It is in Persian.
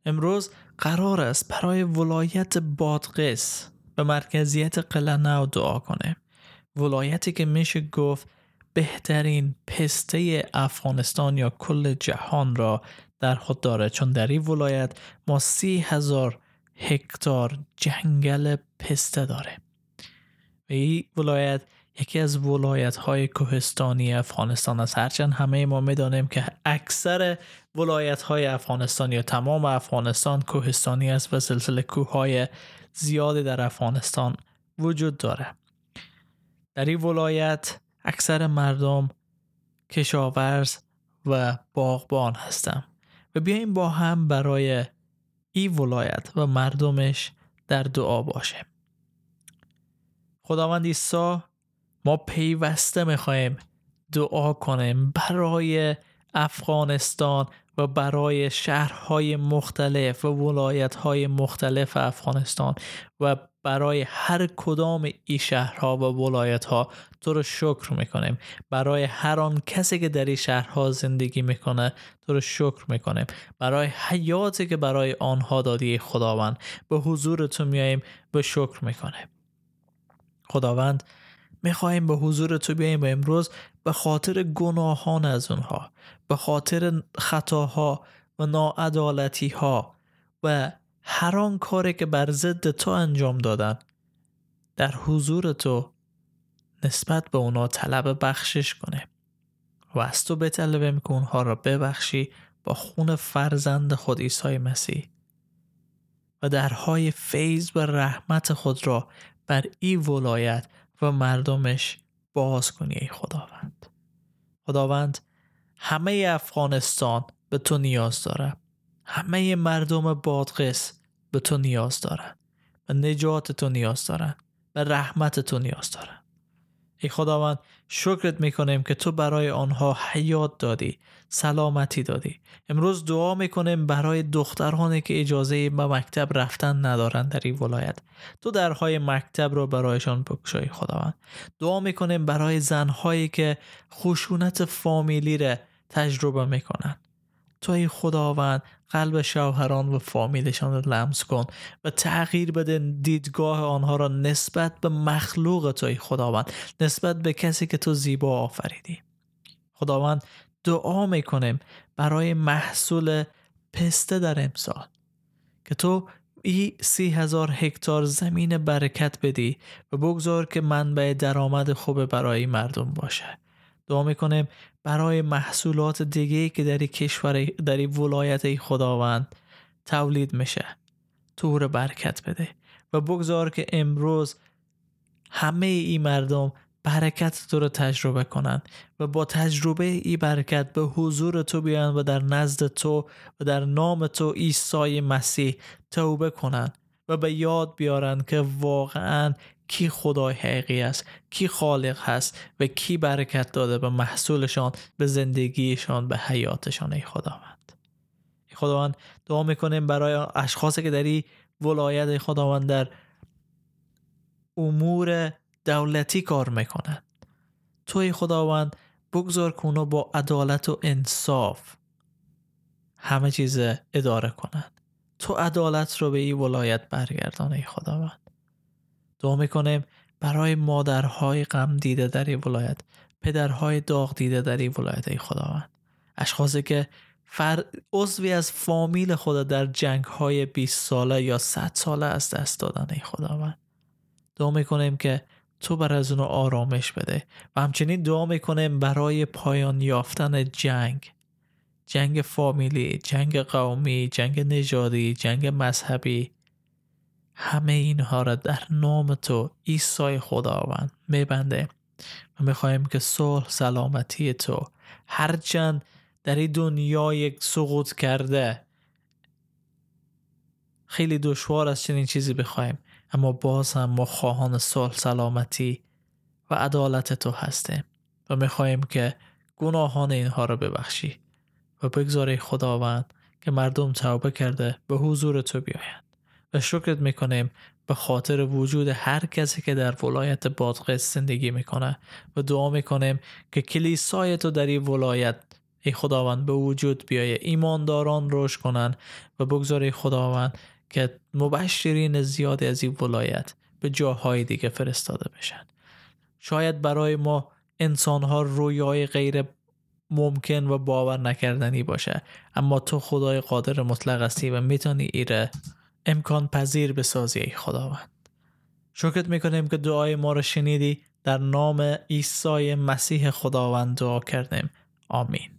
امروز قرار است برای ولایت بادغیس به مرکزیت قلعه‌نو دعا کنیم. ولایتی که میشه گفت بهترین پسته افغانستان یا کل جهان را در خود داره، چون در این ولایت ما 30,000 هکتار جنگل پسته داره و این ولایت یکی از ولایت‌های کوهستانی افغانستان است. هرچند همه ما می‌دانیم که اکثر ولایت‌های افغانستان یا تمام افغانستان کوهستانی است و سلسله کوه‌های زیادی در افغانستان وجود داره. در این ولایت اکثر مردم کشاورز و باغبان هستند و بیاییم با هم برای این ولایت و مردمش در دعا باشیم. خداوند عیسی، ما پیوسته میخوایم دعا کنیم برای افغانستان و برای شهرهای مختلف و ولایتهای مختلف افغانستان و برای هر کدام این شهرها و ولایتها تو رو شکر میکنیم. برای هر آن کسی که در این شهرها زندگی میکنه تو رو شکر میکنیم. برای حیاتی که برای آنها دادی خداوند به حضور تو میاییم به شکر میکنیم. خداوند میخوایم به حضور تو بیاییم و امروز به خاطر گناهان از اونها، به خاطر خطاها و ناعدالتی ها و هر آن کاری که بر ضد تو انجام دادن در حضور تو نسبت به اونا طلب بخشش کنیم و از تو بطلبیم که اونها را ببخشی با خون فرزند خود عیسی مسیح و درهای فیض و رحمت خود را بر این ولایت و مردمش باز کنی ای خداوند. خداوند، همه افغانستان به تو نیاز داره. همه مردم بادغیس به تو نیاز دارن و نجات تو نیاز دارن و رحمت تو نیاز دارن. ای خداوند، شکرت میکنیم که تو برای آنها حیات دادی، سلامتی دادی. امروز دعا میکنیم برای دخترانی که اجازه به مکتب رفتن ندارن در این ولایت. تو درهای مکتب رو برایشان بگشای خداوند. دعا میکنیم برای زنهایی که خشونت فامیلی رو تجربه میکنن. تو ای خداوند قلب شوهران و فامیلشان رو لمس کن و تغییر بده دیدگاه آنها را نسبت به مخلوق تو ای خداوند، نسبت به کسی که تو زیبا آفریدی. خداوند، دعا میکنیم برای محصول پسته در امسال که تو این 30,000 هکتار زمین برکت بدی و بگذار که منبع درآمد خوب برای مردم باشه. دعا میکنیم برای محصولات دیگه‌ای که در این کشور، در این ولایت خداوند تولید میشه، تو رو برکت بده و بگذار که امروز همه این مردم برکت تو رو تجربه کنن و با تجربه این برکت به حضور تو بیان و در نزد تو و در نام تو عیسی مسیح توبه کنن و به یاد بیارن که واقعاً کی خدای حقیقی است، کی خالق هست و کی برکت داده به محصولشان، به زندگیشان، به حیاتشان. ای خداوند، ای خداوند، دعا میکنیم برای اشخاصی که در این ولایت ای خداوند در امور دولتی کار میکنن. تو ای خداوند بگذار که اونا با عدالت و انصاف همه چیز اداره کنن. تو عدالت رو به این ولایت برگردان ای خداوند. دعا میکنیم برای مادرهای غم دیده در این ولایت، پدرهای داغ دیده در این ولایت ای خداوند. اشخاصی که عضوی از فامیل خود در جنگ‌های 20 ساله یا 100 ساله از دست دادن ای خداوند. دعا میکنیم که تو بر از اونو آرامش بده و همچنین دعا میکنیم برای پایان یافتن جنگ فامیلی، جنگ قومی، جنگ نژادی، جنگ مذهبی. همه اینها را در نام تو عیسی خداوند میبنده و میخوایم که صلح، سلامتی تو، هرچند در این دنیا یک سقوط کرده خیلی دشوار است چنین چیزی بخوایم، اما باز هم ما خواهان صلح، سلامتی و عدالت تو هستیم و میخوایم که گناهان اینها را ببخشی و بگذاری خداوند که مردم توبه کرده به حضور تو بیایند. و شکرت میکنیم به خاطر وجود هر کسی که در ولایت بادغیس زندگی میکنه و دعا میکنیم که کلیسای تو در این ولایت ای خداوند به وجود بیایه، ایمانداران رشد کنن و بگذار خداوند که مبشرین زیادی از این ولایت به جاهای دیگه فرستاده بشن. شاید برای ما انسانها رویای غیر ممکن و باور نکردنی باشه، اما تو خدای قادر مطلق هستی و میتونی ایره امکان پذیر بسازی. ای خداوند شکرت میکنیم که دعای ما رو شنیدی. در نام عیسی مسیح خداوند دعا کردیم. آمین.